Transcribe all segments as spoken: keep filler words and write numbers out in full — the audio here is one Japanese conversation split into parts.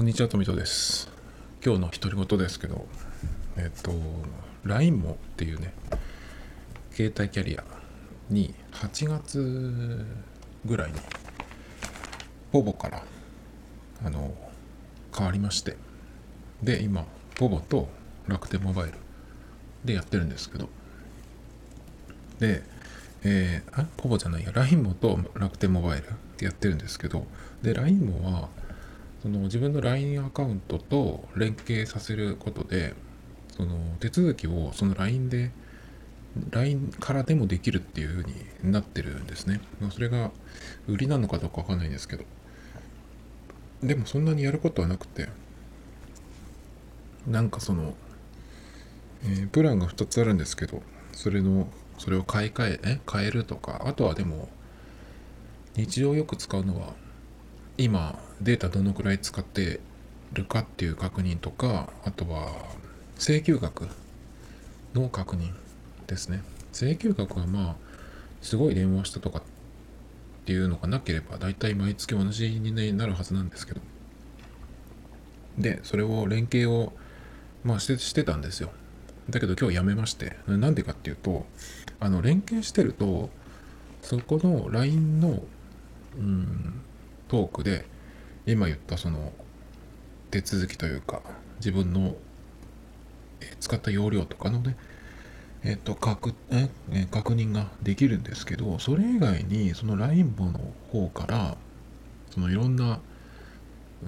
こんにちは、とみとです。今日の独り言ですけど、えっと、ライン モっていうね、携帯キャリアにはちがつぐらいに、ポボから、あの、変わりまして、で、今、ポボと楽天モバイルでやってるんですけど、で、えー、あ、ポボじゃないや、ライン モと楽天モバイルでやってるんですけど、で、ライン モは、その自分の ライン アカウントと連携させることで、その手続きをその ライン で ライン からでもできるっていう風になってるんですね。それが売りなのかどうかわかんないんですけど、でもそんなにやることはなくて、なんかその、えープランがふたつあるんですけど、それのそれを買い替ええ変えるとか、あとはでも日常よく使うのは、今データどのくらい使ってるかっていう確認とか、あとは請求額の確認ですね。請求額はまあすごい電話したとかっていうのがなければ、だいたい毎月同じになるはずなんですけど、でそれを連携をまあしてしてたんですよ。だけど今日やめまして、なんでかっていうと、あの連携してると、そこの ライン のうんトークで今言ったその手続きというか、自分の使った容量とかのね、えっと、確、え、え確認ができるんですけど、それ以外に、そのラインボの方から、そのいろんな、うん、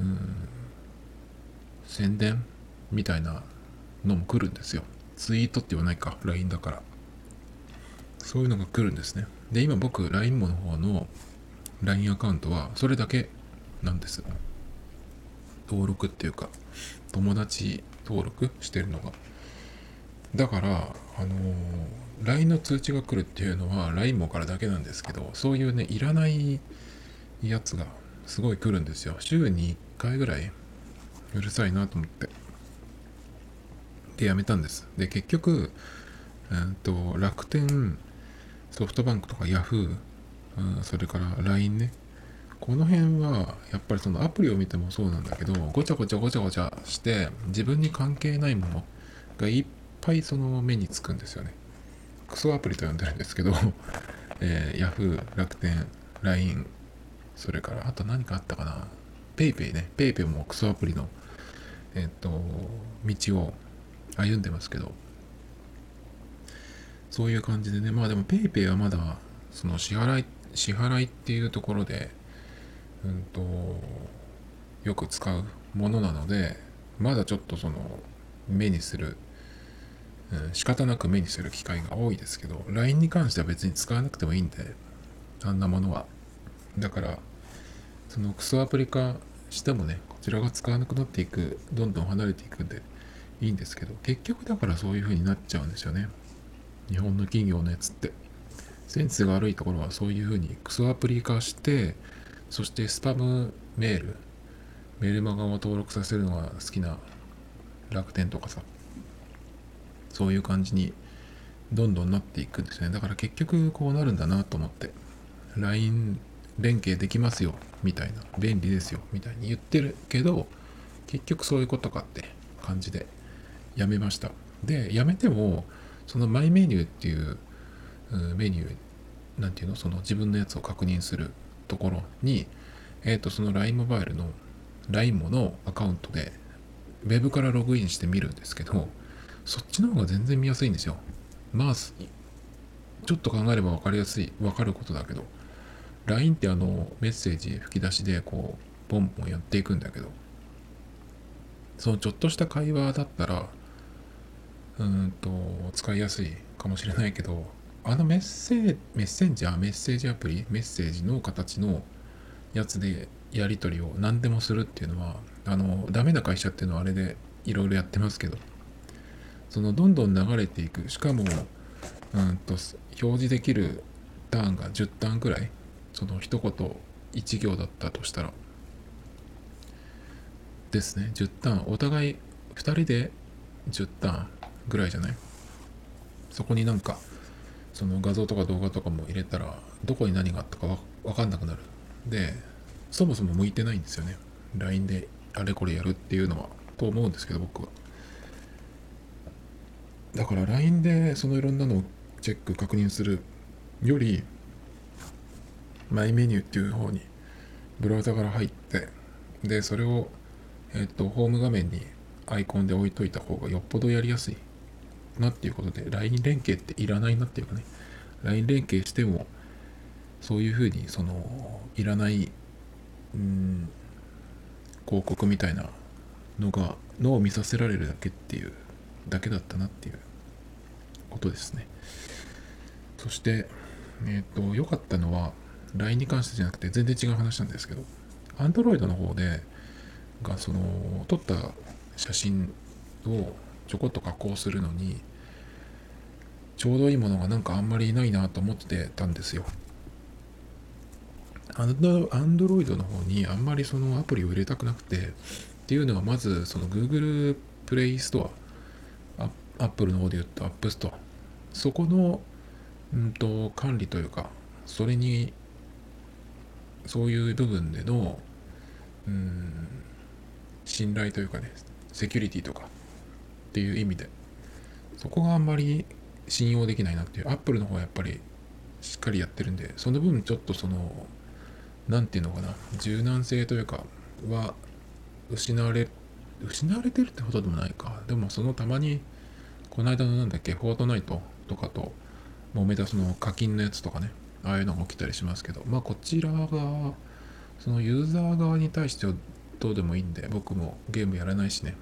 宣伝みたいなのも来るんですよ。ツイートって言わないか、ライン だから。そういうのが来るんですね。で、今僕、ラインボの方の ライン アカウントは、それだけなんです。登録っていうか、友達登録してるのが。だから、あのー ライン の通知が来るっていうのは ライン もからだけなんですけど、そういうね、いらないやつがすごい来るんですよ。週にいっかいぐらいうるさいなと思って。で、やめたんです。で、結局、うんと、楽天、ソフトバンクとか Yahoo、うん、それから ライン ね。この辺は、やっぱりそのアプリを見てもそうなんだけど、ごちゃごちゃごちゃごちゃして、自分に関係ないものがいっぱいその目につくんですよね。クソアプリと呼んでるんですけど、えー、Yahoo、楽天、ライン、それからあと何かあったかな。PayPay ね。PayPay もクソアプリの、えっ、と、道を歩んでますけど、そういう感じでね。まあでも PayPay はまだ、その支払い、支払いっていうところで、うんと、よく使うものなので、まだちょっとその、目にする、うん、仕方なく目にする機会が多いですけど、ライン に関しては別に使わなくてもいいんで、あんなものは。だから、そのクソアプリ化してもね、こちらが使わなくなっていく、どんどん離れていくんでいいんですけど、結局だからそういう風になっちゃうんですよね。日本の企業のやつって。センスが悪いところはそういう風にクソアプリ化して、そしてスパムメール、メールマガを登録させるのが好きな楽天とかさ、そういう感じにどんどんなっていくんですね。だから結局こうなるんだなと思って。ライン 連携できますよ、みたいな。便利ですよ、みたいに言ってるけど、結局そういうことかって感じでやめました。で、やめても、そのマイメニューっていうメニュー、なんていうの、その自分のやつを確認するところに、えっ、と、その ライン モバイルの ライン モのアカウントで、ウェブからログインして見るんですけど、そっちの方が全然見やすいんですよ。まあ、ちょっと考えれば分かりやすい、分かることだけど、ライン ってあの、メッセージ吹き出しでこう、ポンポンやっていくんだけど、そのちょっとした会話だったら、うーんと、使いやすいかもしれないけど、あのメッセージ、メッセンジャー、メッセージアプリ、メッセージの形のやつでやり取りを何でもするっていうのは、あの、ダメな会社っていうのはあれでいろいろやってますけど、そのどんどん流れていく、しかも、うんと、表示できるターンがじゅうターンくらい、その一言いち行だったとしたらですね、じゅうターン、お互いふたりでじゅうターンぐらいじゃない？そこになんか、その画像とか動画とかも入れたら、どこに何があったかわわかんなくなる。で、そもそも向いてないんですよね。ライン であれこれやるっていうのはと思うんですけど、僕はだから ライン でそのいろんなのをチェック確認するより、マイメニューっていう方にブラウザから入って、でそれをえっとホーム画面にアイコンで置いといた方がよっぽどやりやすいなっていうことで、 ライン 連携っていらないなっていうかね、 ライン 連携してもそういうふうにそのいらないうん広告みたいなのがのを見させられるだけっていうだけだったなっていうことですね。そしてえっ、と良かったのは ライン に関してじゃなくて全然違う話なんですけど、 Android の方でがその撮った写真をちょこっと加工するのにちょうどいいものがなんかあんまりないなと思ってたんですよ。アンドアンドロイドの方にあんまりそのアプリを入れたくなくて、っていうのはまずその Google プレイストア、アップルの方で言うと App Store、そこの、うんと、管理というか、それにそういう部分での、うん、信頼というかね、セキュリティとかっていう意味で、そこがあんまり信用できないなっていう、Apple の方はやっぱりしっかりやってるんで、その分ちょっとその、なんていうのかな、柔軟性というかは失われ失われてるってことでもないか。でもそのたまにこの間のなんだっけ、フォートナイトとかと揉めたその課金のやつとかね、ああいうのが起きたりしますけど、まあこちらがそのユーザー側に対してはどうでもいいんで、僕もゲームやらないしね、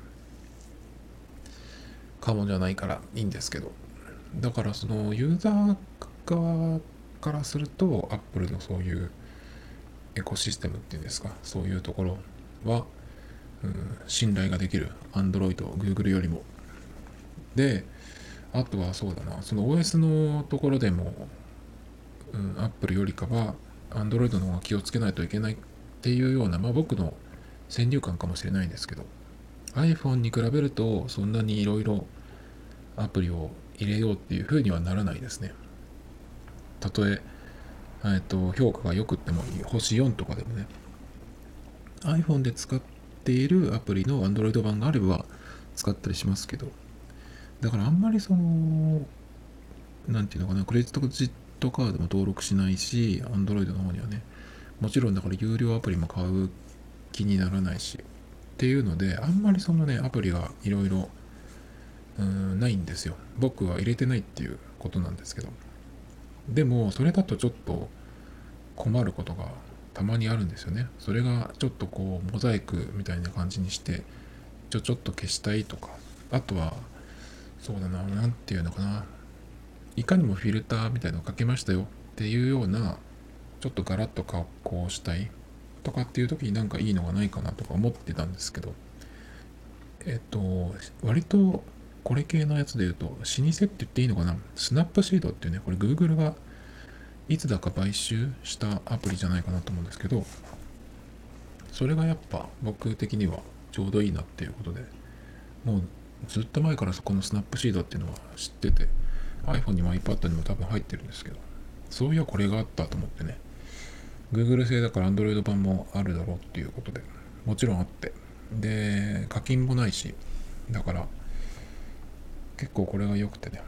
かもじゃないからいいんですけど、だからそのユーザー側からすると Apple のそういうエコシステムっていうんですか、そういうところは、うん、信頼ができる。Android、Google よりも。で、あとはそうだな、その オーエス のところでも、うん、Apple よりかは Android の方が気をつけないといけないっていうような、まあ僕の先入観かもしれないんですけど、iPhone に比べるとそんなにいろいろアプリを入れようっていう風にはならないですね。たとえ、えっと、評価が良くっても星よんとかでもね、iPhone で使っているアプリの Android 版があれば使ったりしますけど、だからあんまりその、なんていうのかな、クレジットカードも登録しないし、Android の方にはね、もちろんだから有料アプリも買う気にならないし、っていうので、あんまりそのね、アプリがいろいろないんですよ。僕は入れてないっていうことなんですけど。でも、それだとちょっと困ることがたまにあるんですよね。それがちょっとこう、モザイクみたいな感じにして、ちょちょっと消したいとか、あとは、そうだな、なんていうのかな、いかにもフィルターみたいなのをかけましたよっていうような、ちょっとガラッと加工したいとかっていう時になんかいいのがないかなとか思ってたんですけど、えっと、割とこれ系のやつで言うと、老舗って言っていいのかな、スナップシードっていうね、これ Google がいつだか買収したアプリじゃないかなと思うんですけど、それがやっぱ僕的にはちょうどいいなっていうことで、もうずっと前からそこのスナップシードっていうのは知ってて、iPhone にも iPad にも多分入ってるんですけど、そういやこれがあったと思ってね、Google 製だから Android 版もあるだろうっていうことで、もちろんあって、で、課金もないし、だから結構これが良くてね、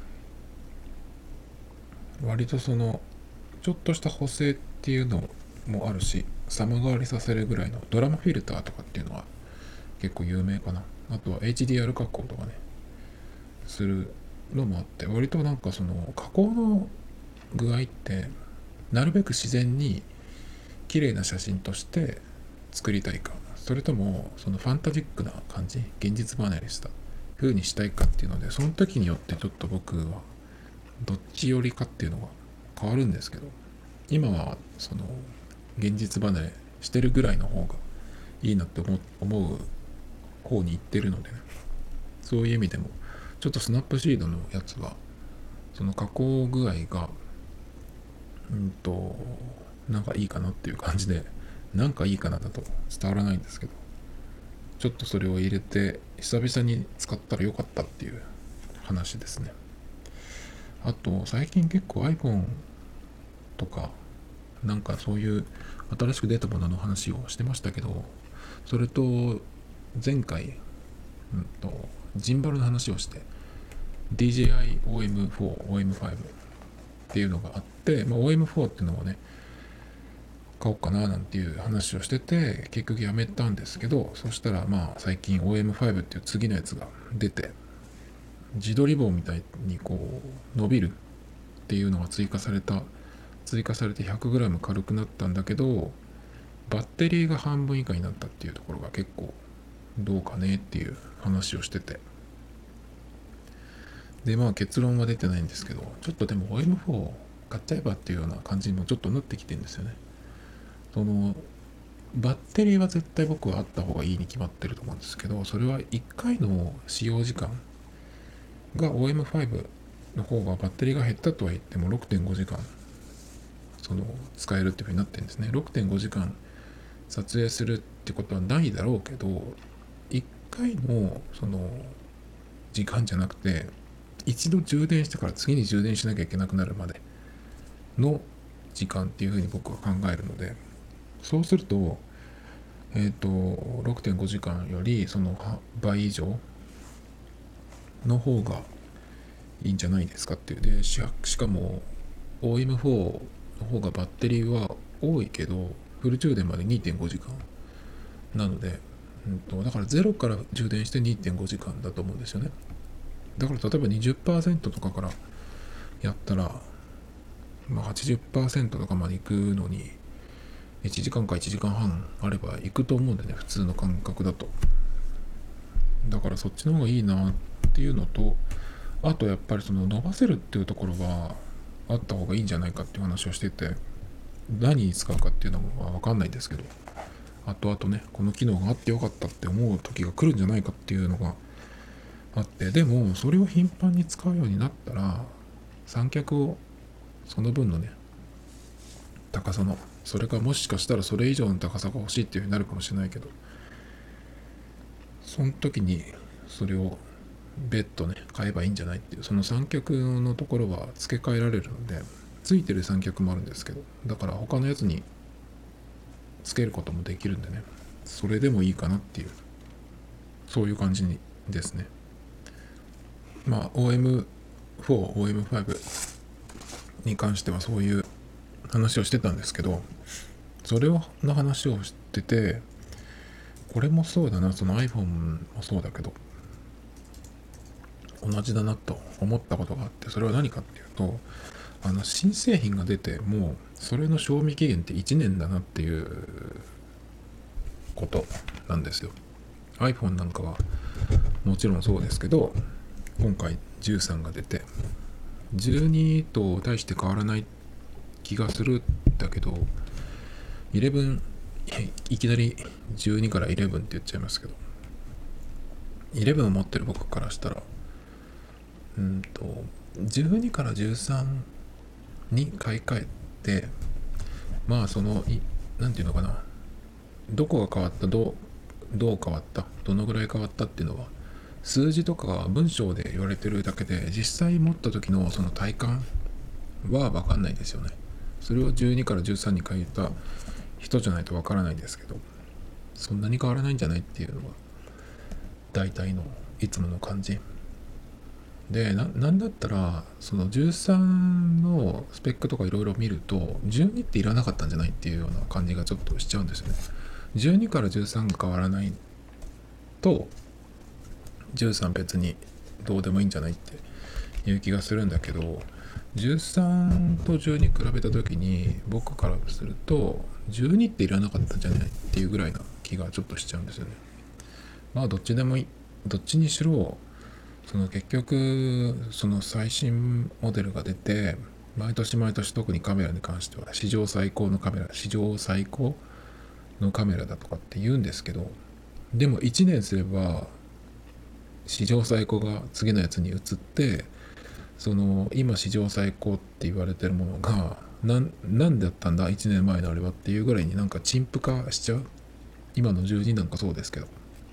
割とその、ちょっとした補正っていうのもあるし、様変わりさせるぐらいのドラマフィルターとかっていうのは結構有名かな。あとは エイチディーアール 加工とかね、するのもあって、割となんかその加工の具合って、なるべく自然に綺麗な写真として作りたいか、それともそのファンタジックな感じ、現実離れした風にしたいかっていうので、その時によってちょっと僕はどっち寄りかっていうのが変わるんですけど、今はその現実離れしてるぐらいの方がいいなって思う思う方に行ってるのでね、そういう意味でもちょっとスナップシードのやつはその加工具合がうんとなんかいいかなっていう感じで、なんかいいかなだと伝わらないんですけど、ちょっとそれを入れて久々に使ったらよかったっていう話ですね。あと最近結構 iPhone とかなんかそういう新しく出たものの話をしてましたけど、それと前回、うんと、ジンバルの話をして ディージェーアイ オーエムフォー、オーエムファイブ っていうのがあって、まあ、オーエムフォー っていうのをね買おうかななんていう話をしてて、結局やめたんですけど、そしたらまあ最近 オーエムファイブ っていう次のやつが出て、自撮り棒みたいにこう伸びるっていうのが追加された追加されて ひゃくグラム 軽くなったんだけど、バッテリーが半分以下になったっていうところが結構どうかねっていう話をしてて、でまあ結論は出てないんですけど、ちょっとでも オーエムフォー 買っちゃえばっていうような感じにもちょっとなってきてるんですよね。そのバッテリーは絶対僕はあった方がいいに決まってると思うんですけど、それはいっかいの使用時間が オーエムファイブ の方がバッテリーが減ったとは言ってもろくてんごじかんその使えるっていう風になってるんですね。ろくてんごじかん撮影するってことはないだろうけど、いっかいのその時間じゃなくて、一度充電してから次に充電しなきゃいけなくなるまでの時間っていう風に僕は考えるので、そうするとえっ、とろくてんごじかんよりその倍以上の方がいいんじゃないですかっていう。でしかも オーエムフォー の方がバッテリーは多いけどフル充電までにてんごじかんなので、うんと、だからゼロから充電して にてんごじかんだと思うんですよね。だから例えば にじゅっパーセント とかからやったら、まあ、はちじゅっパーセント とかまで行くのにいちじかんかいちじかんはんあれば行くと思うんでね、普通の感覚だと。だからそっちの方がいいなっていうのと、あとやっぱりその伸ばせるっていうところはあった方がいいんじゃないかっていう話をしてて、何に使うかっていうのも分かんないんですけど、後々ねこの機能があってよかったって思う時が来るんじゃないかっていうのがあって、でもそれを頻繁に使うようになったら三脚をその分のね高さの、それかもしかしたらそれ以上の高さが欲しいっていう風になるかもしれないけど、その時にそれを別途ね買えばいいんじゃないっていう、その三脚のところは付け替えられるので、ついてる三脚もあるんですけど、だから他のやつにつけることもできるんでね、それでもいいかなっていう、そういう感じにですね。まあ オーエムフォー、オーエムファイブ に関してはそういう話をしてたんですけど、それの話をしてて、これもそうだな、その iPhone もそうだけど同じだなと思ったことがあって、それは何かっていうと、あの新製品が出てもうそれの賞味期限っていちねんだなっていうことなんですよ。 iPhone なんかはもちろんそうですけど、今回じゅうさんが出てじゅうにと大して変わらない気がするんだけど、じゅういちいきなりじゅうにからじゅういちって言っちゃいますけど、じゅういちを持ってる僕からしたら、うんとじゅうにからじゅうさんに買い替えて、まあそのなんていうのかな、どこが変わった、どうどう変わった、どのぐらい変わったっていうのは数字とか文章で言われてるだけで、実際持った時のその体感は分かんないですよね。それをじゅうにからじゅうさんに変えた人じゃないと分からないんですけど、そんなに変わらないんじゃないっていうのが大体のいつもの感じで、 な, なんだったらそのじゅうさんのスペックとかいろいろ見るとじゅうにっていらなかったんじゃないっていうような感じがちょっとしちゃうんですよね。じゅうにからじゅうさんが変わらないとじゅうさん別にどうでもいいんじゃないっていう気がするんだけど、じゅうさんとじゅうに比べた時に僕からするとじゅうにっていらなかったんじゃないっていうぐらいな気がちょっとしちゃうんですよね。まあどっちでもいい、どっちにしろその結局その最新モデルが出て、毎年毎年特にカメラに関しては史上最高のカメラ、史上最高のカメラだとかって言うんですけど、でもいちねんすれば史上最高が次のやつに移って、その今史上最高って言われてるものが何何だったんだいちねんまえのあれはっていうぐらいになんか陳腐化しちゃう。今のじゅうになんかそうですけど、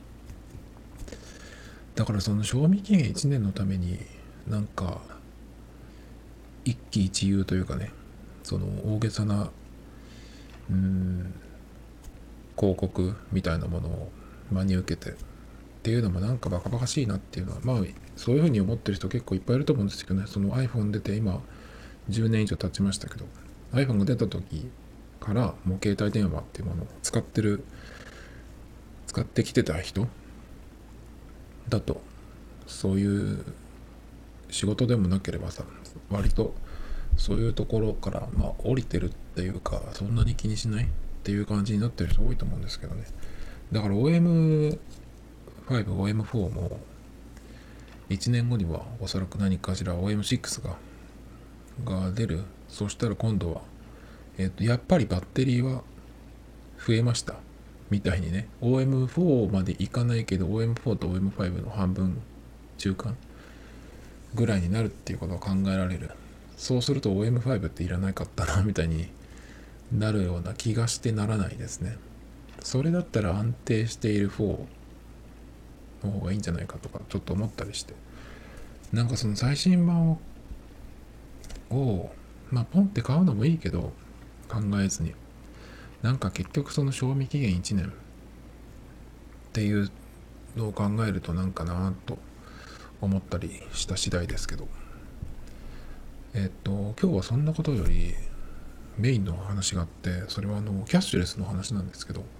だからその賞味期限いちねんのためになんか一喜一憂というかね、その大げさなうーん広告みたいなものを真に受けてていうのもなんかバカバカしいなっていうのは、まあそういうふうに思ってる人結構いっぱいいると思うんですけどね。その iPhone 出て今じゅうねん以上経ちましたけど、 iPhone が出た時からもう携帯電話っていうものを使ってる使ってきてた人だと、そういう仕事でもなければさ、割とそういうところからまあ降りてるっていうか、そんなに気にしないっていう感じになってる人多いと思うんですけどね。だから オーエムファイブ、オーエムフォー もいちねんごにはおそらく何かしら オーエムシックス がが出る。そしたら今度は、えっと、やっぱりバッテリーは増えましたみたいにね、オーエムフォー までいかないけど オーエムフォー と オーエムファイブ の半分中間ぐらいになるっていうことが考えられる。そうすると オーエムファイブ っていらないかったなみたいになるような気がしてならないですね。それだったら安定しているフォーの方がいいんじゃないかとかちょっと思ったりして、なんかその最新版ををまあポンって買うのもいいけど、考えずに、なんか結局その賞味期限いちねんっていうのを考えるとなんかなと思ったりした次第ですけど、えっと今日はそんなことよりメインの話があって、それはあのキャッシュレスの話なんですけど、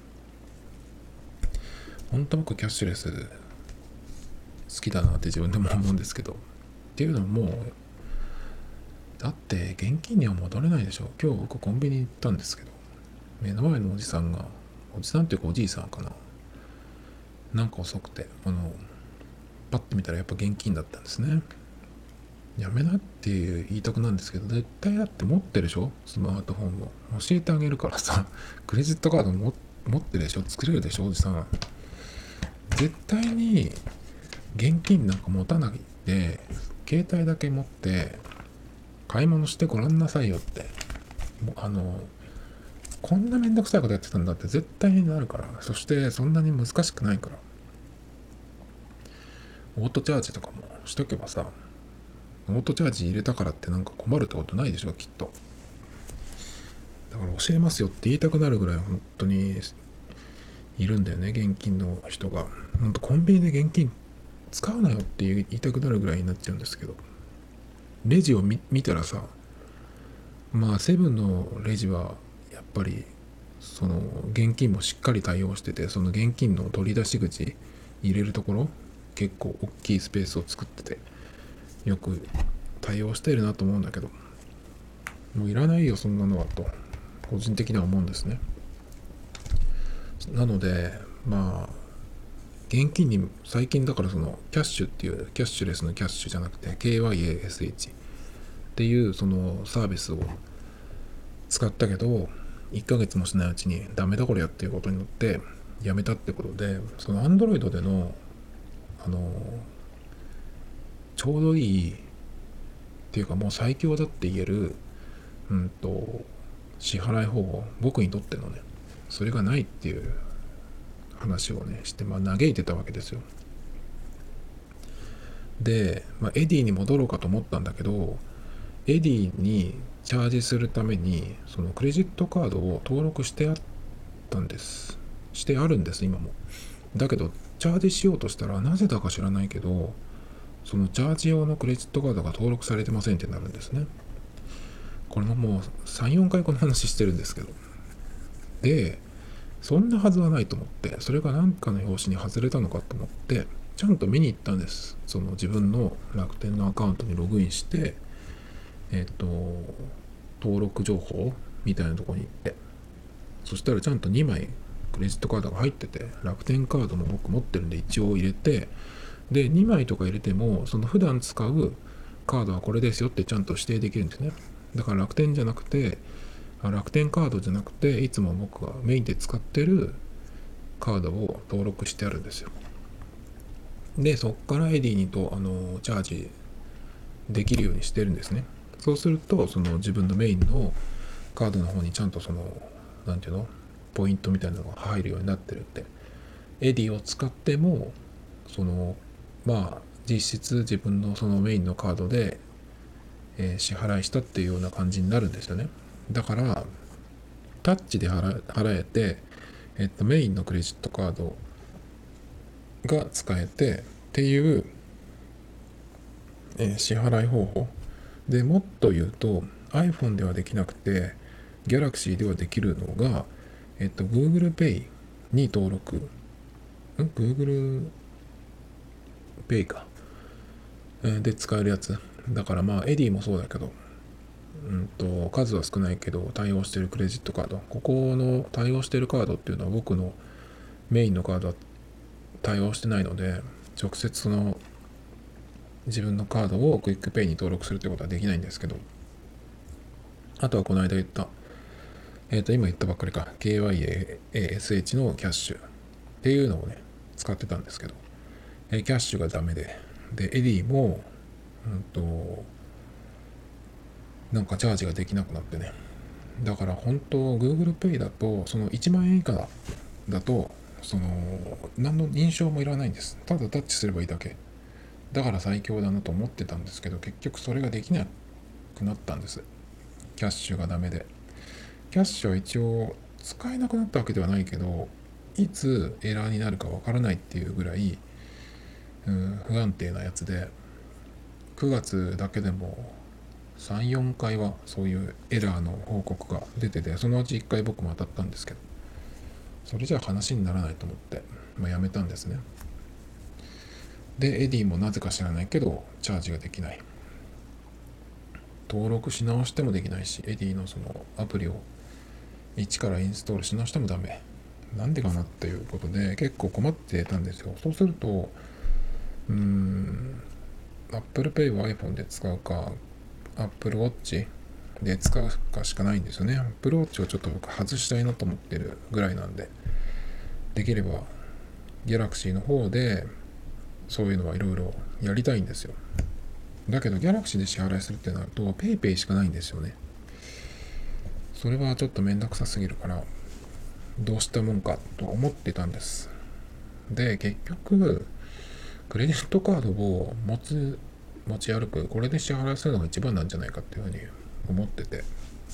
本当僕キャッシュレス好きだなって自分でも思うんですけど、っていうのはもうだって現金には戻れないでしょ。今日僕コンビニ行ったんですけど、目の前のおじさんが、おじさんっていうかおじいさんかな、なんか遅くて、あのパッて見たらやっぱ現金だったんですね。やめなって言いたくなんですけど、絶対だって持ってるでしょ、スマートフォンも。教えてあげるからさ、クレジットカードも持ってるでしょ、作れるでしょ、おじさん。絶対に現金なんか持たないで、携帯だけ持って買い物してごらんなさいよって。もうあの、こんなめんどくさいことやってたんだって絶対になるから。そしてそんなに難しくないから。オートチャージとかもしとけばさ、オートチャージ入れたからってなんか困るってことないでしょ、きっと。だから教えますよって言いたくなるぐらい本当にいるんだよね、現金の人が。本当コンビニで現金使うなよって言いたくなるぐらいになっちゃうんですけど、レジを 見, 見たらさ、まあセブンのレジはやっぱりその現金もしっかり対応してて、その現金の取り出し口入れるところ結構大きいスペースを作ってて、よく対応しているなと思うんだけど、もういらないよそんなのはと個人的には思うんですね。なのでまあ現金に最近だから、そのキャッシュっていうキャッシュレスのキャッシュじゃなくて ケーワイエーエスエイチ っていうそのサービスを使ったけど、いっかげつもしないうちにダメだこれやっていうことになってやめたってことで、その Android でのあのちょうどいいっていうかもう最強だって言えるうんと支払い方法、僕にとってのね、それがないっていう話をねして、まあ嘆いてたわけですよ。で、まあ、エディに戻ろうかと思ったんだけど、エディにチャージするためにそのクレジットカードを登録してあったんですしてあるんです今も。だけどチャージしようとしたら、なぜだか知らないけどそのチャージ用のクレジットカードが登録されてませんってなるんですね。これももうさん、よんかいこの話してるんですけど、でそんなはずはないと思って、それが何かの表紙に外れたのかと思ってちゃんと見に行ったんです。その自分の楽天のアカウントにログインして、えっ、と登録情報みたいなところに行って、そしたらちゃんとにまいクレジットカードが入ってて、楽天カードも僕持ってるんで一応入れて、でにまいとか入れてもその普段使うカードはこれですよってちゃんと指定できるんですね。だから楽天じゃなくて楽天カードじゃなくて、いつも僕がメインで使ってるカードを登録してあるんですよ。でそっからエディにとあのチャージできるようにしてるんですね。そうするとその自分のメインのカードの方にちゃんとそのなんていうのポイントみたいなのが入るようになってるんで、エディを使ってもそのまあ実質自分のそのメインのカードで、えー支払いしたっていうような感じになるんですよね。だからタッチで払払えて、えっと、メインのクレジットカードが使えてっていう、えー支払い方法で、もっと言うと iPhone ではできなくて Galaxy ではできるのが、えっと Google Pay に登録、ん Google Pay か、えーで使えるやつだから、まあエディもそうだけど、うんと数は少ないけど対応してるクレジットカード、ここの対応してるカードっていうのは僕のメインのカードは対応してないので、直接その自分のカードをクイックペイに登録するってことはできないんですけど、あとはこの間言った、えっ、と今言ったばっかりか ケーワイエーエーエスエイチ のキャッシュっていうのをね使ってたんですけど、えーキャッシュがダメで、でエディもうんとなんかチャージができなくなってね、だから本当 Google Pay だとそのいちまん円以下だとその何の認証もいらないんです。ただタッチすればいいだけだから最強だなと思ってたんですけど、結局それができなくなったんです。キャッシュがダメで。キャッシュは一応使えなくなったわけではないけど、いつエラーになるかわからないっていうぐらい、うん、不安定なやつで、くがつだけでもさん、よんかいはそういうエラーの報告が出てて、そのうちいっかい僕も当たったんですけど、それじゃ話にならないと思って、まあ、やめたんですね。でエディもなぜか知らないけどチャージができない、登録し直してもできないし、エディのそのアプリを一からインストールし直してもダメ、なんでかなっていうことで結構困ってたんですよ。そうするとうーん Apple Pay を iPhone で使うか Apple Watch で使うかしかないんですよね。 Apple Watch をちょっと僕外したいなと思ってるぐらいなんで、できれば Galaxy の方でそういうのはいろいろやりたいんですよ。だけど Galaxy で支払いするってなると PayPay しかないんですよね。それはちょっとめんどくさすぎるからどうしたもんかと思ってたんです。で結局クレジットカードを持つ持ち歩く、これで支払いするのが一番なんじゃないかっていうふうに思ってて、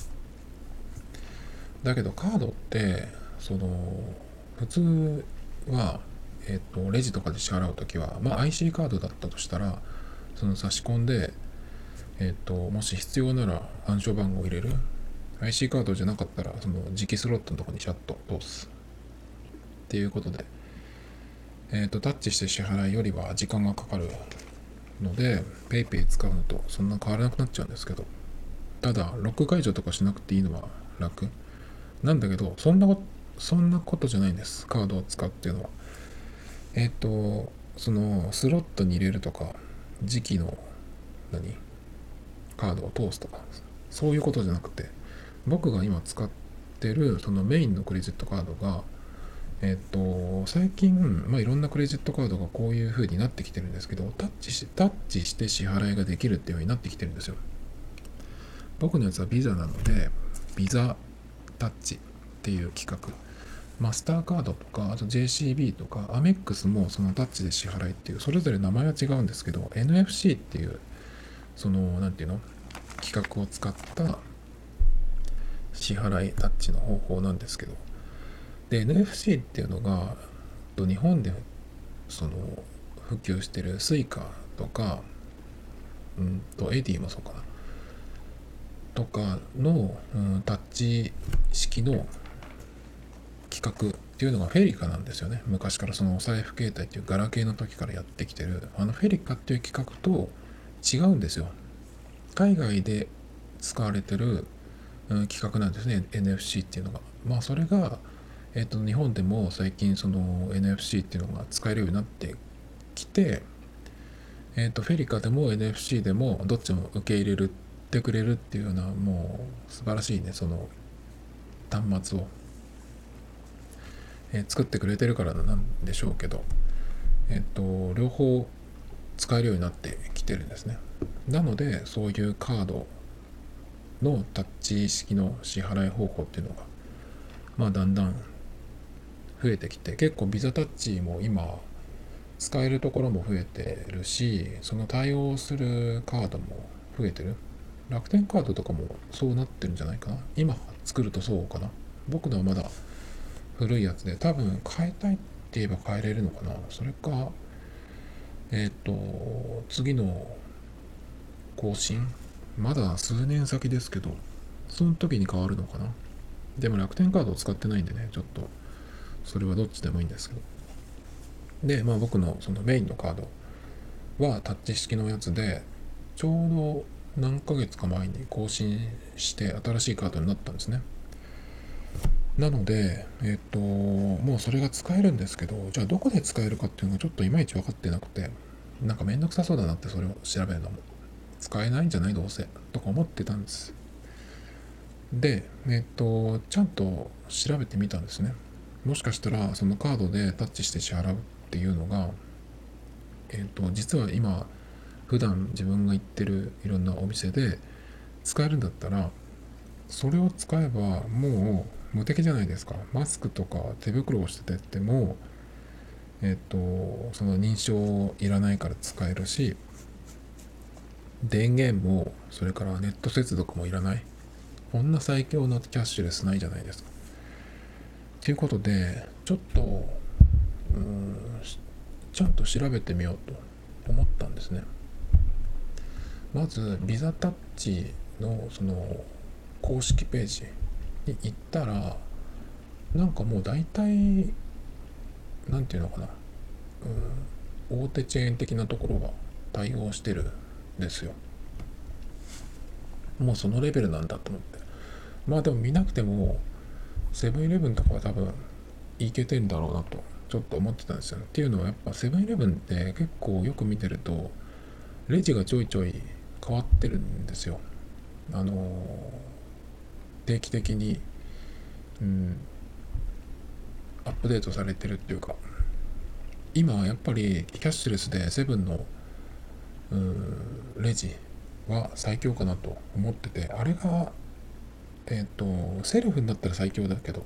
だけどカードってその普通は、えっとレジとかで支払うときは、まあ、アイシー カードだったとしたらその差し込んで、えっともし必要なら暗証番号を入れる、 アイシー カードじゃなかったらその磁気スロットのところにシャッと通すっていうことで、えっとタッチして支払いよりは時間がかかるので PayPay 使うのとそんな変わらなくなっちゃうんですけど、ただロック解除とかしなくていいのは楽なんだけど、そんなことそんなことじゃないんです。カードを使うっていうのは、えっ、とそのスロットに入れるとか時期の何カードを通すとかそういうことじゃなくて、僕が今使ってるそのメインのクレジットカードが、えっ、と最近、まあ、いろんなクレジットカードがこういう風になってきてるんですけど、タッチしタッチして支払いができるっていう風になってきてるんですよ。僕のやつはビザなのでビザタッチっていう企画、マスターカードとかあと ジェーシービー とかアメックスもそのタッチで支払いっていう、それぞれ名前は違うんですけど エヌエフシー っていうそのなんていうの企画を使った支払いタッチの方法なんですけど、で エヌエフシー っていうのが日本でその普及してるスイカとかうんとエディもそうかなとかの、うん、タッチ式の企画っていうのがフェリカなんですよね。昔からそのお財布携帯っていうガラケーの時からやってきてるあのフェリカっていう企画と違うんですよ。海外で使われてる、うん、企画なんですね、 エヌエフシー っていうのが。まあそれが、えっと日本でも最近その エヌエフシー っていうのが使えるようになってきて、えっとフェリカでも エヌエフシー でもどっちも受け入れるってくれるっていうような、もう素晴らしいねその端末をえー作ってくれてるからなんでしょうけど、えっと両方使えるようになってきてるんですね。なのでそういうカードのタッチ式の支払い方法っていうのがまあだんだん増えてきて、結構ビザタッチも今使えるところも増えてるし、その対応するカードも増えてる。楽天カードとかもそうなってるんじゃないかな、今作るとそうかな。僕のはまだ古いやつで多分変えたい言えば変えれるのかな。それかえっ、と次の更新、まだ数年先ですけど、その時に変わるのかな。でも楽天カードを使ってないんでね、ちょっとそれはどっちでもいいんですけど。で、まあ僕のそのメインのカードはタッチ式のやつで、ちょうど何ヶ月か前に更新して新しいカードになったんですね。なので、えっ、と、もうそれが使えるんですけど、じゃあどこで使えるかっていうのがちょっといまいち分かってなくて、なんかめんどくさそうだなって、それを調べるのも。使えないんじゃないどうせ。とか思ってたんです。で、えっ、と、ちゃんと調べてみたんですね。もしかしたら、そのカードでタッチして支払うっていうのが、えっ、と、実は今、普段自分が行ってるいろんなお店で使えるんだったら、それを使えばもう無敵じゃないですか。マスクとか手袋をしてても、えっと、その認証いらないから使えるし、電源も、それからネット接続もいらない。こんな最強なキャッシュレスないじゃないですか。ということで、ちょっと、うーん、ちゃんと調べてみようと思ったんですね。まず、ビザタッチのその公式ページに行ったら、なんかもう大体、なんていうのかな、うん、大手チェーン的なところが対応してるんですよ。もうそのレベルなんだと思って。まあでも見なくても、セブンイレブンとかは多分いけてんだろうなと、ちょっと思ってたんですよ。っていうのはやっぱセブンイレブンって結構よく見てると、レジがちょいちょい変わってるんですよ。あのー定期的に、うん、アップデートされてるっていうか、今やっぱりキャッシュレスでセブンのレジは最強かなと思ってて、あれが、えっ、と、セルフになったら最強だけど、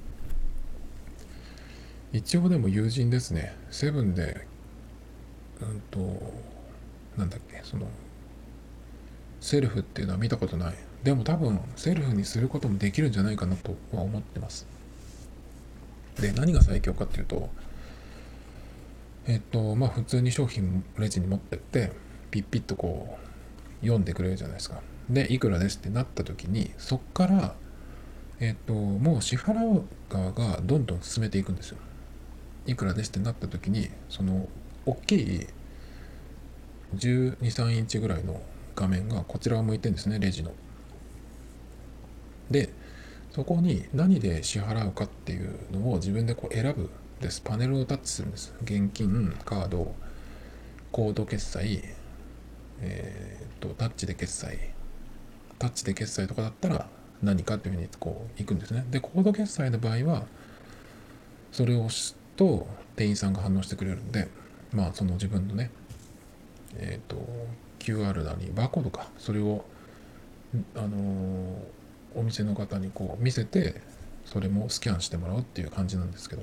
一応でも友人ですね、セブンで、うんと、なんだっけ、その、セルフっていうのは見たことない。でも多分、セルフにすることもできるんじゃないかなとは思ってます。で、何が最強かっていうと、えっ、と、まあ普通に商品レジに持ってって、ピッピッとこう、読んでくれるじゃないですか。で、いくらですってなった時に、そっから、えっ、と、もう支払う側がどんどん進めていくんですよ。いくらですってなった時に、その、大きいじゅうに、さんインチぐらいの画面がこちらを向いてるんですね、レジの。で、そこに何で支払うかっていうのを自分でこう選ぶんです。パネルをタッチするんです。現金、カード、コード決済、えー、と、タッチで決済、タッチで決済とかだったら何かっていうふうにこう行くんですね。で、コード決済の場合は、それを押すと店員さんが反応してくれるんで、まあその自分のね、えっ、と、キューアール なり、バーコードか、それを、あのーお店の方にこう見せて、それもスキャンしてもらうっていう感じなんですけど。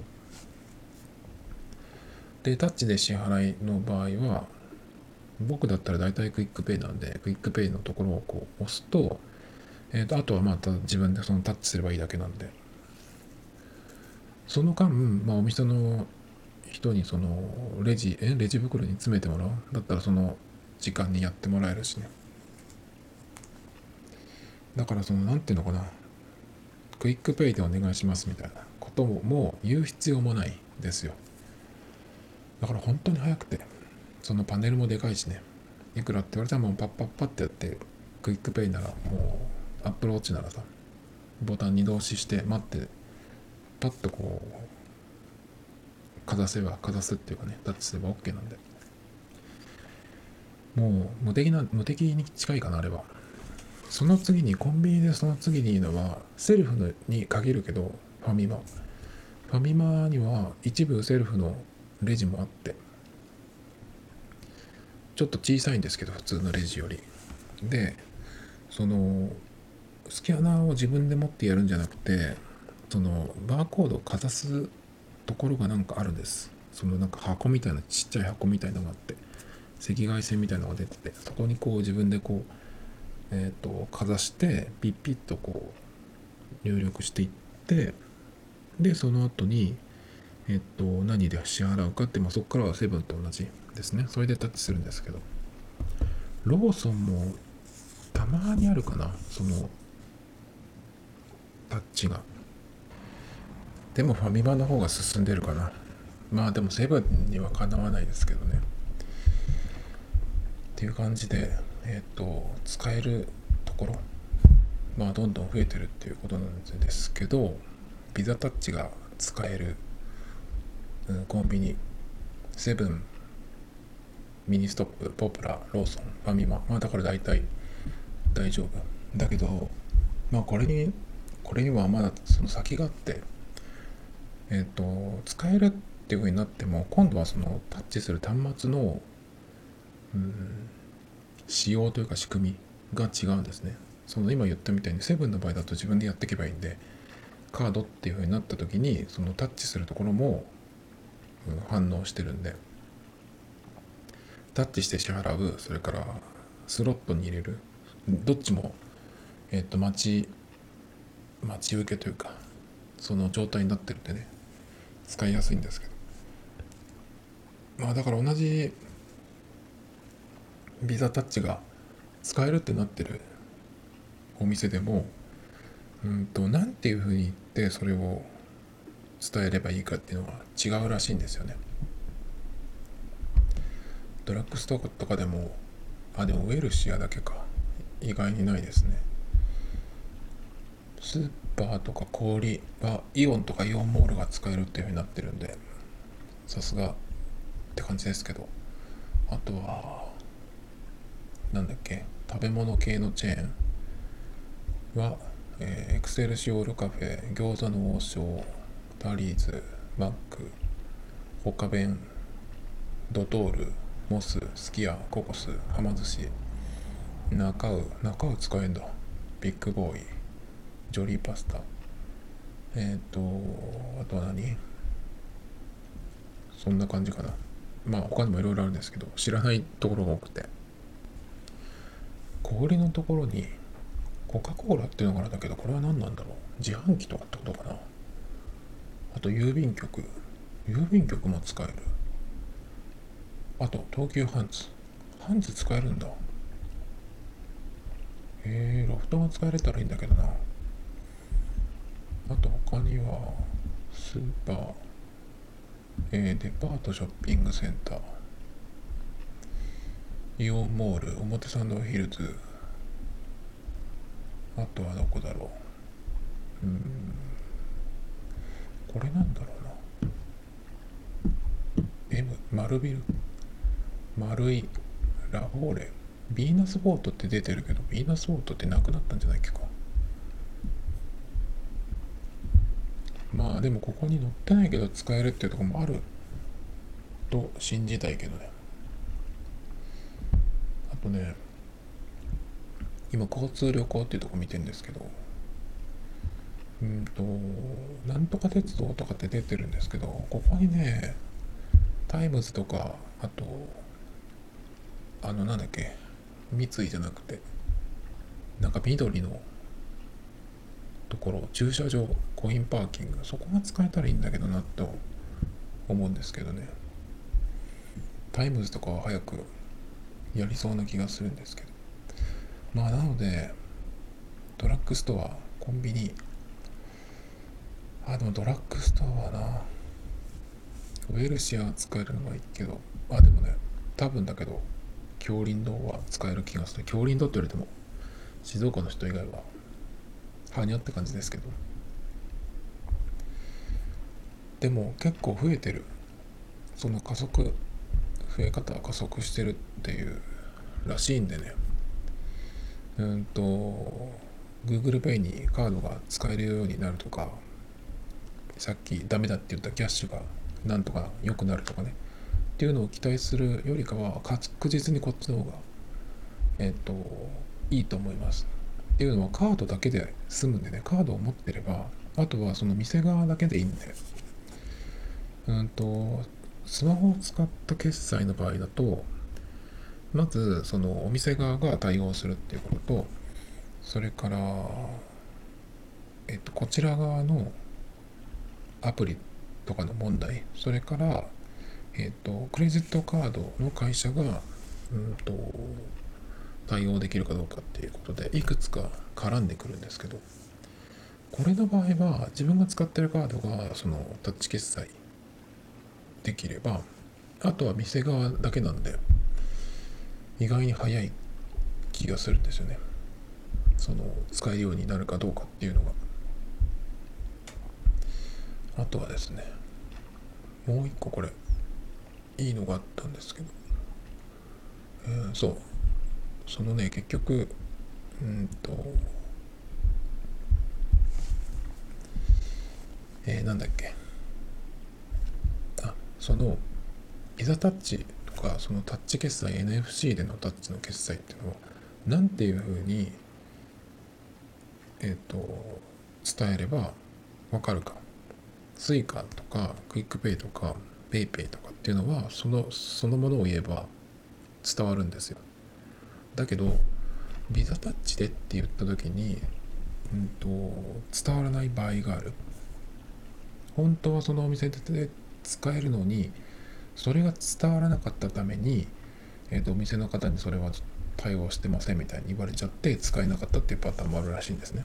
で、タッチで支払いの場合は、僕だったら大体クイックペイなんで、クイックペイのところをこう押すと、えーと、あとはまた自分でそのタッチすればいいだけなんで、その間、まあ、お店の人にそのレジ、え、レジ袋に詰めてもらう。だったらその時間にやってもらえるしね。だからその、なんていうのかな、クイックペイでお願いしますみたいなことももう言う必要もないですよ。だから本当に早くて、そのパネルもでかいしね、いくらって言われたらもうパッパッパってやって、クイックペイならもう、アップルウォッチならさ、ボタン二度押しして待って、パッとこう、かざせば、かざすっていうかね、タッチすれば OK なんで。もう無敵な、無敵に近いかな、あれは。その次に、コンビニでその次にいいのは、セルフに限るけど、ファミマ。ファミマには一部セルフのレジもあって、ちょっと小さいんですけど、普通のレジより。で、その、スキャナーを自分で持ってやるんじゃなくて、その、バーコードをかざすところがなんかあるんです。そのなんか箱みたいな、ちっちゃい箱みたいなのがあって、赤外線みたいなのが出てて、そこにこう自分でこう、えっ、と、かざして、ピッピッとこう、入力していって、で、その後に、 えっと何で支払うかって、まあ、そこからはセブンと同じですね。それでタッチするんですけど、ローソンもたまにあるかな、そのタッチが。でもファミマの方が進んでるかな。まあでもセブンにはかなわないですけどね。っていう感じで、えっと使えるところ、まあどんどん増えてるっていうことなんですけど、ビザタッチが使える、うん、コンビニ、セブン、ミニストップ、ポプラ、ローソン、ファミマ、まあだから大体大丈夫だけど、まあこれにこれにはまだその先があって、えっ、と使えるっていう風になっても、今度はそのタッチする端末の、うん、仕様というか仕組みが違うんですね。その今言ったみたいにセブンの場合だと自分でやっていけばいいんで、カードっていう風になった時にそのタッチするところも、うん、反応してるんで、タッチして支払う、それからスロットに入れる、どっちも、えっ、と待ち待ち受けというか、その状態になってるんでね、使いやすいんですけど、まあだから同じビザタッチが使えるってなってるお店でも、うんとなんていうふうに言ってそれを伝えればいいかっていうのは違うらしいんですよね。ドラッグストアとかでも、あ、でもウェルシアだけか、意外にないですね。スーパーとか小売はイオンとかイオンモールが使えるっていうふうになってるんで、さすがって感じですけど、あとはなんだっけ、食べ物系のチェーンは、えーエクセルシオールカフェ、餃子の王将、タリーズ、マック、ホカベン、ドトール、モス、スキヤ、ココス、はま寿司、中尾、中尾使えんだ、ビッグボーイ、ジョリーパスタ、えっ、ー、とあとは何、そんな感じかな。まあ他にもいろいろあるんですけど、知らないところが多くて、小売りのところにコカ・コーラっていうのがあるんだけど、これは何なんだろう、自販機とかってことかな。あと郵便局、郵便局も使える。あと東急ハンズ、ハンズ使えるんだ。えー、ロフトが使えれたらいいんだけどな。あと他にはスーパー、えー、デパート、ショッピングセンター、イオンモール、表参道ヒルズ、あとはどこだろう、うーん、これなんだろうな、 M、丸ビル、丸い、ラフォーレ、ヴィーナスフォートって出てるけど、ヴィーナスフォートってなくなったんじゃないっけか。まあでもここに載ってないけど使えるっていうところもあると信じたいけどね。あとね、今交通旅行っていうところ見てるんですけど、うんとなんとか鉄道とかって出てるんですけど、ここにね、タイムズとか、あとあのなんだっけ、三井じゃなくて、なんか緑のところ、駐車場、コインパーキング、そこが使えたらいいんだけどなと思うんですけどね。タイムズとかは早くやりそうな気がするんですけど、まあなのでドラッグストア、コンビニ、あでもドラッグストアはな、ウェルシア使えるのはいいけど、あでもね、多分だけど京林堂は使える気がする。京林堂って言われても静岡の人以外ははにゃって感じですけど、でも結構増えてる、その加速、増え方は加速してるっていうらしいんでね、うんと Google Pay にカードが使えるようになるとか、さっきダメだって言ったキャッシュがなんとか良くなるとかね、っていうのを期待するよりかは確実にこっちの方がえっといいと思います。っていうのはカードだけで済むんでね、カードを持ってれば、あとはその店側だけでいいんで、うんとスマホを使った決済の場合だと、まずそのお店側が対応するっていうことと、それから、えっと、こちら側のアプリとかの問題、それから、えっと、クレジットカードの会社が、うんと、対応できるかどうかっていうことで、いくつか絡んでくるんですけど、これの場合は、自分が使ってるカードが、その、タッチ決済できれば、あとは店側だけなんで、意外に早い気がするんですよね。その、使えるようになるかどうかっていうのが。あとはですね、もう一個これ、いいのがあったんですけど、えー、そう、そのね、結局、うんと、えー、なんだっけ、あ、その、ビザタッチとか、そのタッチ決済、エヌエフシー でのタッチの決済っていうのは、なんていうふうに、えっと、伝えればわかるか。スイカとか、クイックペイとか、ペイペイとかっていうのは、その、そのものを言えば伝わるんですよ。だけど、ビザタッチでって言った時に、うんと、伝わらない場合がある。本当はそのお店で使えるのに、それが伝わらなかったために、えー、とお店の方にそれは対応してませんみたいに言われちゃって使えなかったっていうパターンもあるらしいんですね。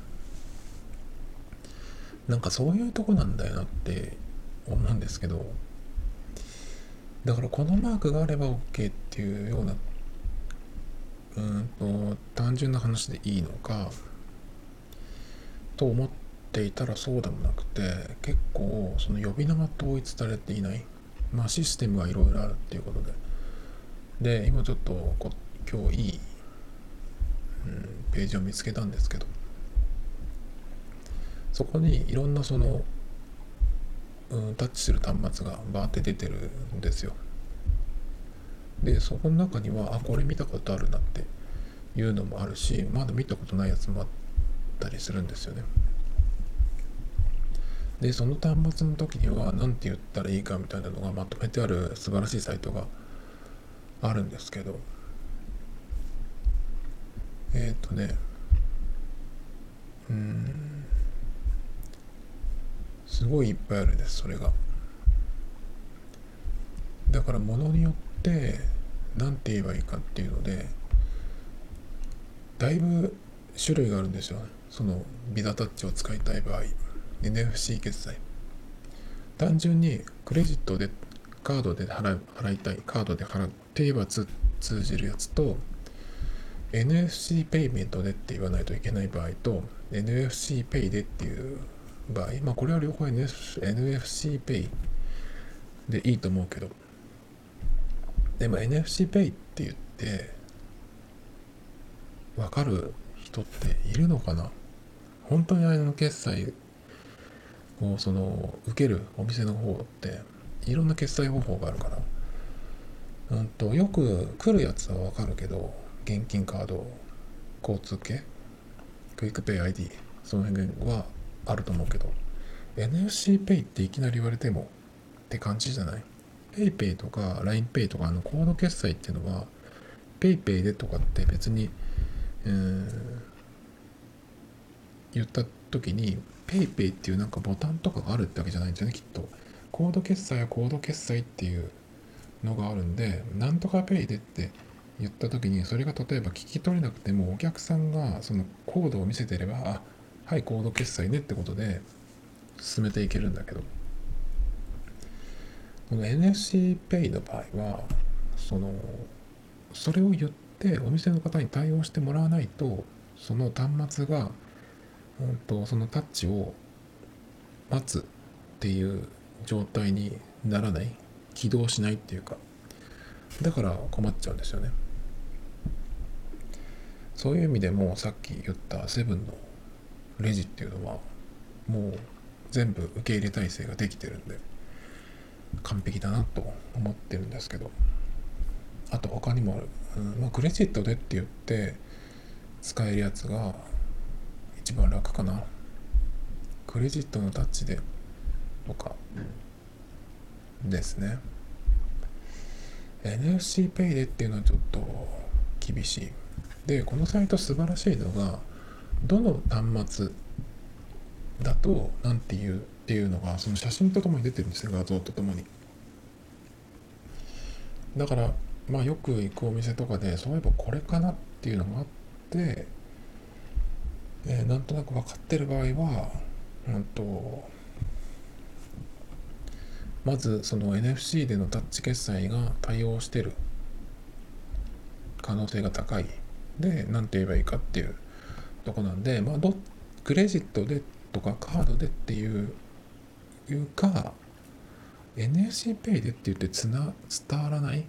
なんかそういうとこなんだよなって思うんですけど、だからこのマークがあれば OK っていうような、うんと単純な話でいいのかと思っていたらそうでもなくて、結構その呼び名が統一されていない、まあシステムがいろいろあるっていうことで、で今ちょっとこ今日いい、うん、ページを見つけたんですけど、そこにいろんなその、うん、タッチする端末がバーって出てるんですよ。でそこの中には、あ、これ見たことあるなっていうのもあるし、まだ見たことないやつもあったりするんですよね。でその端末の時には何て言ったらいいかみたいなのがまとめてある素晴らしいサイトがあるんですけど、えっ、ー、とねうーんすごいいっぱいあるんです、それが。だから物によって何て言えばいいかっていうので、だいぶ種類があるんですよね。そのビザタッチを使いたい場合、 エヌエフシー 決済、単純にクレジットでカードで払う払いたい、カードで払って言えば通じるやつと、 エヌエフシー ペイメントでって言わないといけない場合と、 エヌエフシー ペイでっていう場合、まあこれは両方 エヌエフシー ペイでいいと思うけど、でも エヌエフシー ペイって言って分かる人っているのかな。本当にあの決済をその受けるお店の方っていろんな決済方法があるから、うんとよく来るやつは分かるけど、現金カード、交通系、クイックペイ アイディー、その辺はあると思うけど、 エヌエフシー ペイっていきなり言われてもって感じじゃない。 ペイペイとか ライン ペイとかあのコード決済っていうのは、ペイペイでとかって別に、うーん言った時にペイペイっていうなんかボタンとかがあるってわけじゃないんですよね、きっと。コード決済はコード決済っていうのがあるんで、なんとかペイでって言った時に、それが例えば聞き取れなくても、お客さんがそのコードを見せてれば、あ、はいコード決済ねってことで進めていけるんだけど、この エヌエフシー ペイの場合は、そのそれを言ってお店の方に対応してもらわないと、その端末が、うんと、そのタッチを待つっていう状態にならない、起動しないっていうか、だから困っちゃうんですよね。そういう意味でもさっき言ったセブンのレジっていうのはもう全部受け入れ体制ができてるんで完璧だなと思ってるんですけど、あと他にもある、うんまあ、クレジットでって言って使えるやつが一番楽かな。クレジットのタッチでとかですね。 エヌエフシー ペイでっていうのはちょっと厳しい。でこのサイト素晴らしいのが、どの端末だとなんていうっていうのがその写真とともに出てるんですよ、画像とともに。だからまあよく行くお店とかでそういえばこれかなっていうのがあって、えーなんとなく分かってる場合は、うんとまずその エヌエフシー でのタッチ決済が対応してる可能性が高い。で、なんて言えばいいかっていうとこなんで、まあ、どクレジットでとかカードでっていういうか、エヌエフシー ペイでって言ってつな伝わらない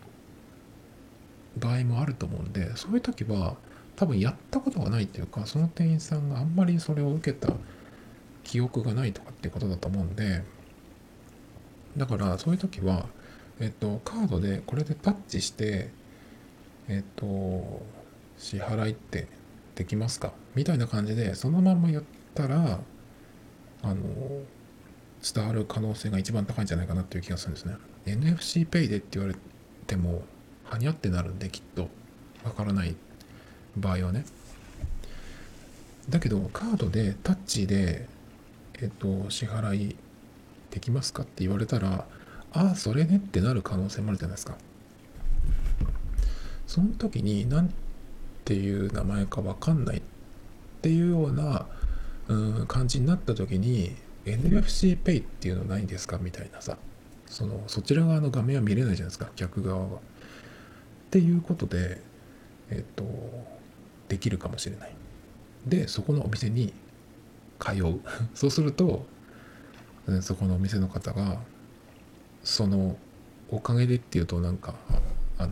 場合もあると思うんで、そういう時は多分やったことがないっていうか、その店員さんがあんまりそれを受けた記憶がないとかっていうことだと思うんで、だからそういう時は、えっと、カードでこれでタッチして、えっと、支払いってできますかみたいな感じで、そのまんま言ったら、あの、伝わる可能性が一番高いんじゃないかなっていう気がするんですね。エヌエフシー ペイでって言われても、はにゃってなるんで、きっと。わからない場合はね。だけど、カードでタッチで、えっと、支払いできますかって言われたら、ああ、それねってなる可能性もあるじゃないですか。その時に、なんていう名前かわかんないっていうような、うん、感じになった時に、エヌエフシー ペイっていうのないんですかみたいなさ、その、そちら側の画面は見れないじゃないですか、逆側は。っていうことで、えっと、できるかもしれない。で、そこのお店に通う。そうすると、そこのお店の方が、そのおかげでっていうとなんか、あの、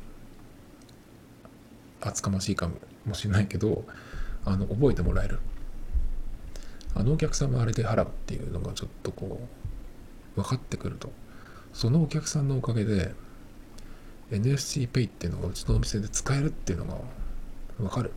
厚かましいかもしれないけど、あの、覚えてもらえる。あのお客さんはあれで払うっていうのがちょっとこう、分かってくると、そのお客さんのおかげで、エヌエフシー ペイっていうのがうちのお店で使えるっていうのが分かる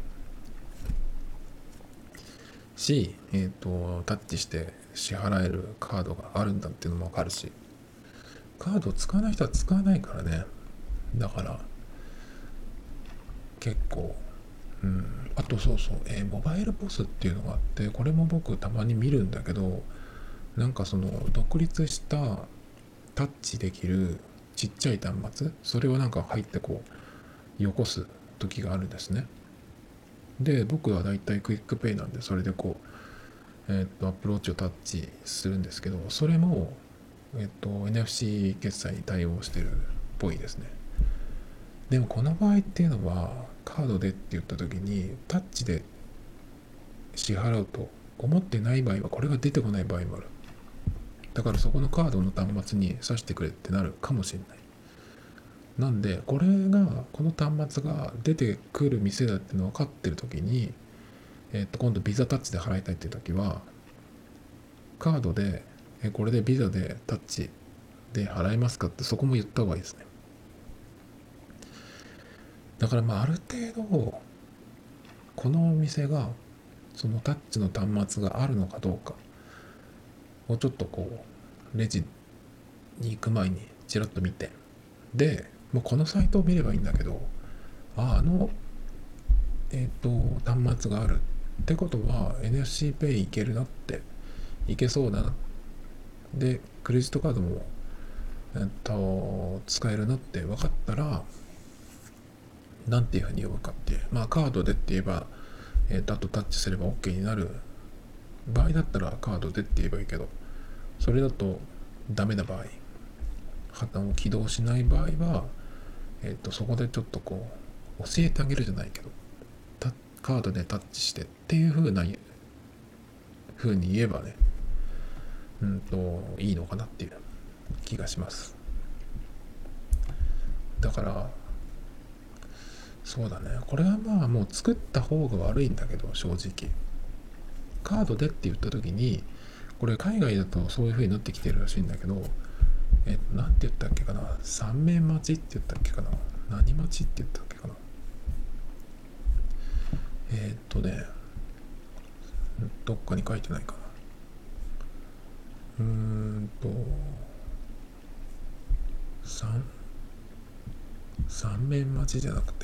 し、えっと、タッチして支払えるカードがあるんだっていうのも分かるし、カードを使わない人は使わないからね。だから、結構、うん、あとそうそう、えーモバイルポスっていうのがあって、これも僕たまに見るんだけど、なんかその独立したタッチできるちっちゃい端末、それをなんか入ってこう、よこす時があるんですね。で、僕はだいたいクイックペイなんで、それでこう、えっと、アプローチをタッチするんですけど、それも、えっと、エヌエフシー 決済に対応してるっぽいですね。でもこの場合っていうのは、カードでって言った時に、タッチで支払うと思ってない場合は、これが出てこない場合もある。だからそこのカードの端末に挿してくれってなるかもしれない。なんで、これが、この端末が出てくる店だっての分かってる時に、えっと、今度ビザタッチで払いたいっていう時は、カードで、え、これでビザでタッチで払いますかってそこも言った方がいいですね。だからまあある程度、このお店がそのタッチの端末があるのかどうかをちょっとこう、レジに行く前にちらっと見て、で、もうこのサイトを見ればいいんだけど、あ、あの、えっと、端末があるってことは エヌエフシー ペイいけるなって、いけそうだな。で、クレジットカードも、えっと、使えるなって分かったら、なんていうふうに呼ぶかっていう。まあ、カードでって言えば、えっと、あとタッチすれば OK になる場合だったらカードでって言えばいいけど、それだとダメな場合、破綻を起動しない場合は、えっと、そこでちょっとこう、教えてあげるじゃないけど、カードでタッチしてっていう風な、風に言えばね、うんと、いいのかなっていう気がします。だから、そうだね。これはまあもう作った方が悪いんだけど、正直。カードでって言った時に、これ海外だとそういう風になってきてるらしいんだけど、えっと、なんて言ったっけかな。三面待ちって言ったっけかな。何待ちって言ったっけかな。えー、っとね、どっかに書いてないかな。うーんと、三、三面待ちじゃなくて、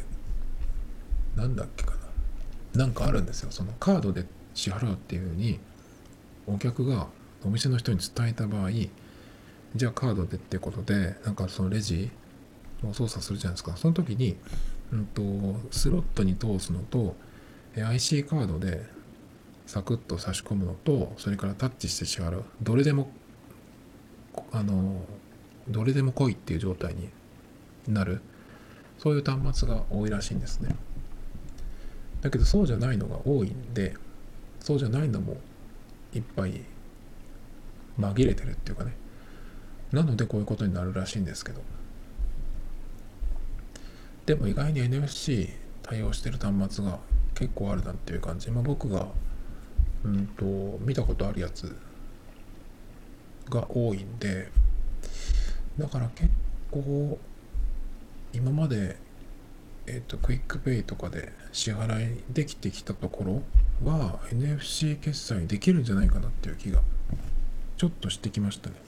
なんだっけかな。なんかあるんですよ。そのカードで支払うっていう風にお客がお店の人に伝えた場合、じゃあカードでってことでなんかそのレジを操作するじゃないですか。その時に、うんと、スロットに通すのと アイシー カードでサクッと差し込むのと、それからタッチして支払う、どれでもあのどれでも来いっていう状態になる、そういう端末が多いらしいんですね。だけどそうじゃないのが多いんで、そうじゃないのもいっぱい紛れてるっていうかね。なのでこういうことになるらしいんですけど、でも意外に エヌエフシー 対応してる端末が結構あるなっていう感じ。まあ、僕がうんと見たことあるやつが多いんで、だから結構今まで、えっとクイックペイとかで支払いできてきたところは エヌエフシー 決済できるんじゃないかなっていう気がちょっとしてきましたね。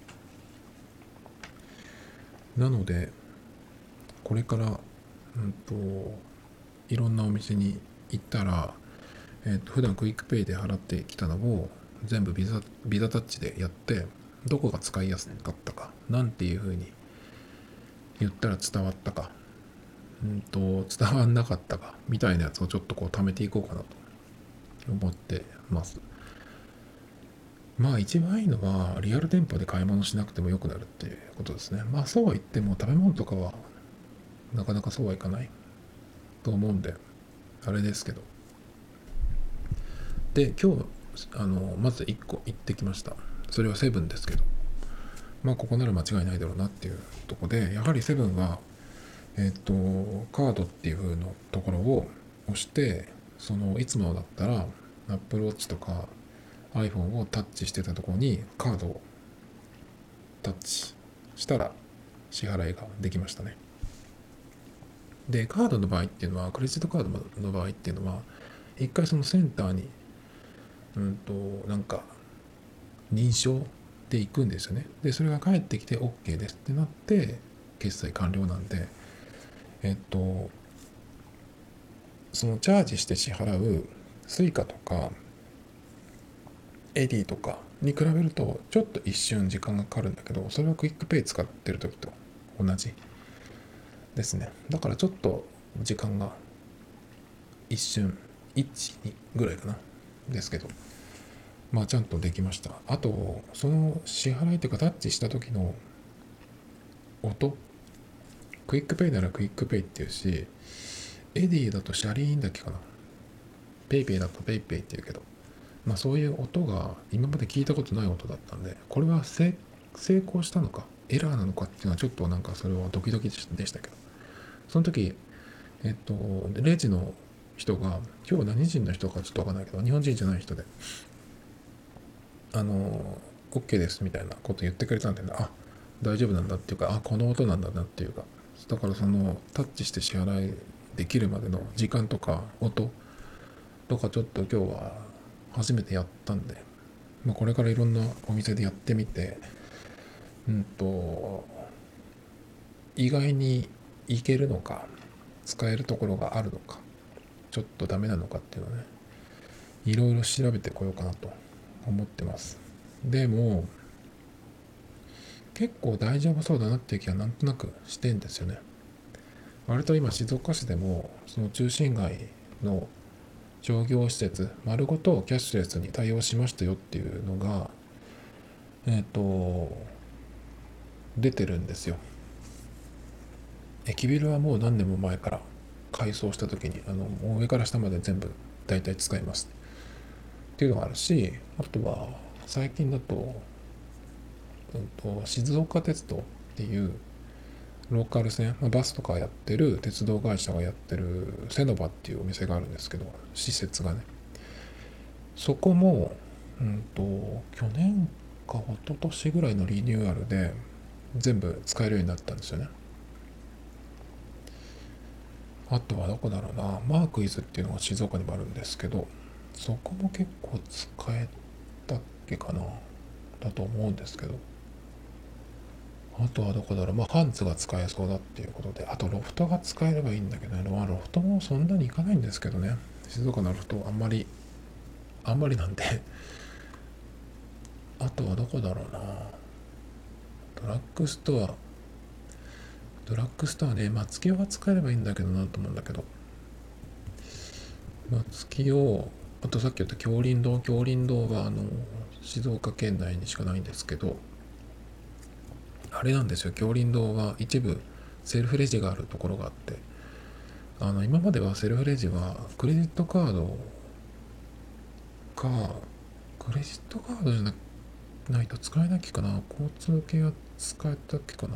なのでこれからうんといろんなお店に行ったら、えー、と普段クイックペイで払ってきたのを全部ビザビザタッチでやって、どこが使いやすかったか、なんていう風に言ったら伝わったか、うんと伝わんなかったかみたいなやつをちょっとこう貯めていこうかなと思ってます。まあ一番いいのはリアル店舗で買い物しなくてもよくなるっていうことですね。まあそうは言っても食べ物とかはなかなかそうはいかないと思うんであれですけど。で今日あのまずいっこ行ってきました。それはセブンですけど、まあここなら間違いないだろうなっていうとこで、やはりセブンはえっとカードっていう風のところを押して、そのいつもだったら Apple Watch とか iPhone をタッチしてたところにカードをタッチしたら支払いができましたね。でカードの場合っていうのは、クレジットカードの場合っていうのは一回そのセンターにうんとなんか認証で行くんですよね。でそれが返ってきて OK ですってなって決済完了なんで、えっとそのチャージして支払うスイカとかエディとかに比べるとちょっと一瞬時間がかかるんだけど、それはクイックペイ使ってる時と同じですね。だからちょっと時間が一瞬いち、にぐらいかなですけど、まあちゃんとできました。あとその支払いというかタッチした時の音、クイックペイならクイックペイっていうし、エディだとシャリーンだっけかな、ペイペイだとペイペイっていうけど、まあそういう音が今まで聞いたことない音だったんで、これは成功したのかエラーなのかっていうのはちょっとなんかそれはドキドキでしたけど、その時えっとレジの人が、今日何人の人かちょっとわかんないけど日本人じゃない人で、あの OK ですみたいなこと言ってくれたんで、ね、あ大丈夫なんだっていうか、あこの音なんだなっていうか、だからそのタッチして支払いできるまでの時間とか音とかちょっと今日は初めてやったんで、まあ、これからいろんなお店でやってみて、うんと意外にいけるのか使えるところがあるのかちょっとダメなのかっていうのはね、いろいろ調べてこようかなと思ってます。でも結構大丈夫そうだなっていう気はなんとなくしてんですよね。割と今静岡市でもその中心街の商業施設丸ごとキャッシュレスに対応しましたよっていうのがえっ、と出てるんですよ。駅ビルはもう何年も前から改装した時にあのもう上から下まで全部大体使いますっていうのがあるし、あとは最近だと、うんと、静岡鉄道っていうローカル線、まあ、バスとかやってる鉄道会社がやってるセノバっていうお店があるんですけど、施設がね、そこも、うんと、去年か一昨年ぐらいのリニューアルで全部使えるようになったんですよね。あとはどこだろうな、マークイズっていうのが静岡にもあるんですけど、そこも結構使えたっけかな、だと思うんですけど、あとはどこだろう、まあハンズが使えそうだっていうことで、あとロフトが使えればいいんだけどね、まあロフトもそんなに行かないんですけどね、静岡のロフトあんまり、あんまりなんであとはどこだろうな。ドラッグストアドラッグストアね、松清が使えればいいんだけどなと思うんだけど、松清、あとさっき言った京林堂京林堂があの静岡県内にしかないんですけど、あれなんですよ、京林堂は一部セルフレジがあるところがあって、あの今まではセルフレジはクレジットカードか、クレジットカードじゃないと使えないっけかな、交通系は使えたっけかな、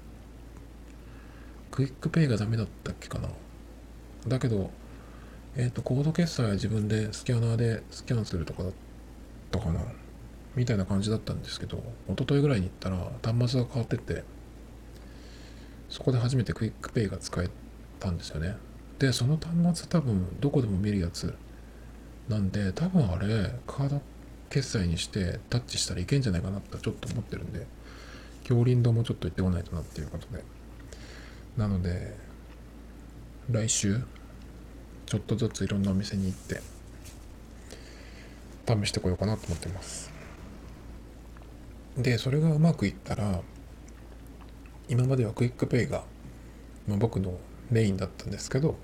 クイックペイがダメだったっけかな。だけど、えっと、コード決済は自分でスキャナーでスキャンするとかだったかなみたいな感じだったんですけど、一昨日ぐらいに行ったら端末が変わってて、そこで初めてクイックペイが使えたんですよね。で、その端末多分どこでも見るやつなんで、多分あれ、カード決済にしてタッチしたらいけんじゃないかなってちょっと思ってるんで、京林堂もちょっと行ってこないとなっていうことで。なので、来週、ちょっとずついろんなお店に行って試してこようかなと思ってます。で、それがうまくいったら、今まではクイックペイが、まあ、僕のメインだったんですけど、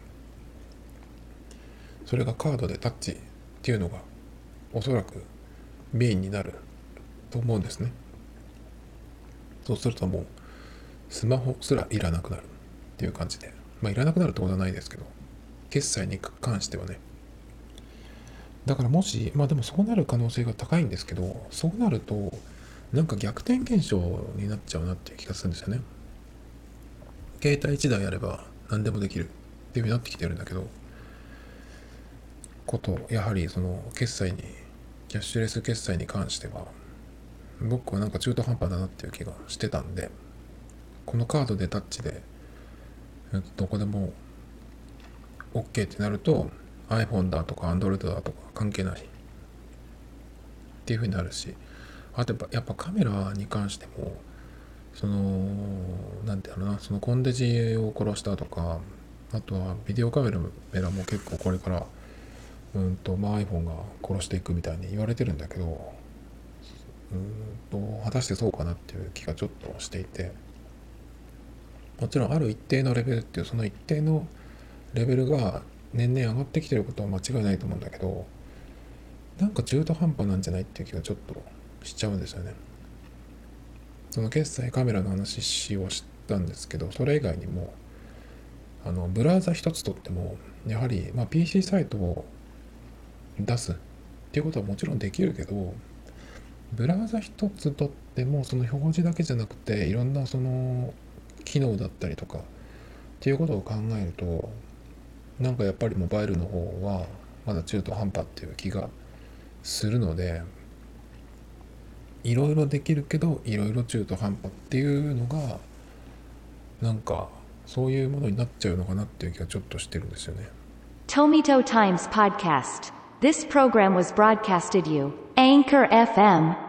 それがカードでタッチっていうのがおそらくメインになると思うんですね。そうするともうスマホすらいらなくなるっていう感じで、まあいらなくなるってことはないですけど、決済に関してはね。だからもし、まあでもそうなる可能性が高いんですけど、そうなるとなんか逆転現象になっちゃうなっていう気がするんですよね。携帯いちだいあれば何でもできるっていう風になってきてるんだけど、こと、やはりその決済に、キャッシュレス決済に関しては、僕はなんか中途半端だなっていう気がしてたんで、このカードでタッチで、どこでも OK ってなると、iPhone だとか Android だとか関係ないっていう風になるし、あとやっぱ、やっぱカメラに関しても、その、なんていうのな、そのコンデジを殺したとか、あとはビデオカメラも結構これから、うんと、まあ iPhone が殺していくみたいに言われてるんだけど、うんと、果たしてそうかなっていう気がちょっとしていて、もちろんある一定のレベルっていう、その一定のレベルが年々上がってきてることは間違いないと思うんだけど、なんか中途半端なんじゃないっていう気がちょっとしちゃうんですよね。その決済カメラの話をしたんですけど、それ以外にも、あの、ブラウザ一つとっても、やはり、まあ、ピーシー サイトを出すっていうことはもちろんできるけど、ブラウザ一つとってもその表示だけじゃなくていろんなその機能だったりとかっていうことを考えると、なんかやっぱりモバイルの方はまだ中途半端っていう気がするので、いろいろできるけどいろいろ中途半端っていうのがなんかそういうものになっちゃうのかなっていう気がちょっとしてるんですよね。 Tomito Times Podcast. This program was broadcasted you Anchor エフエム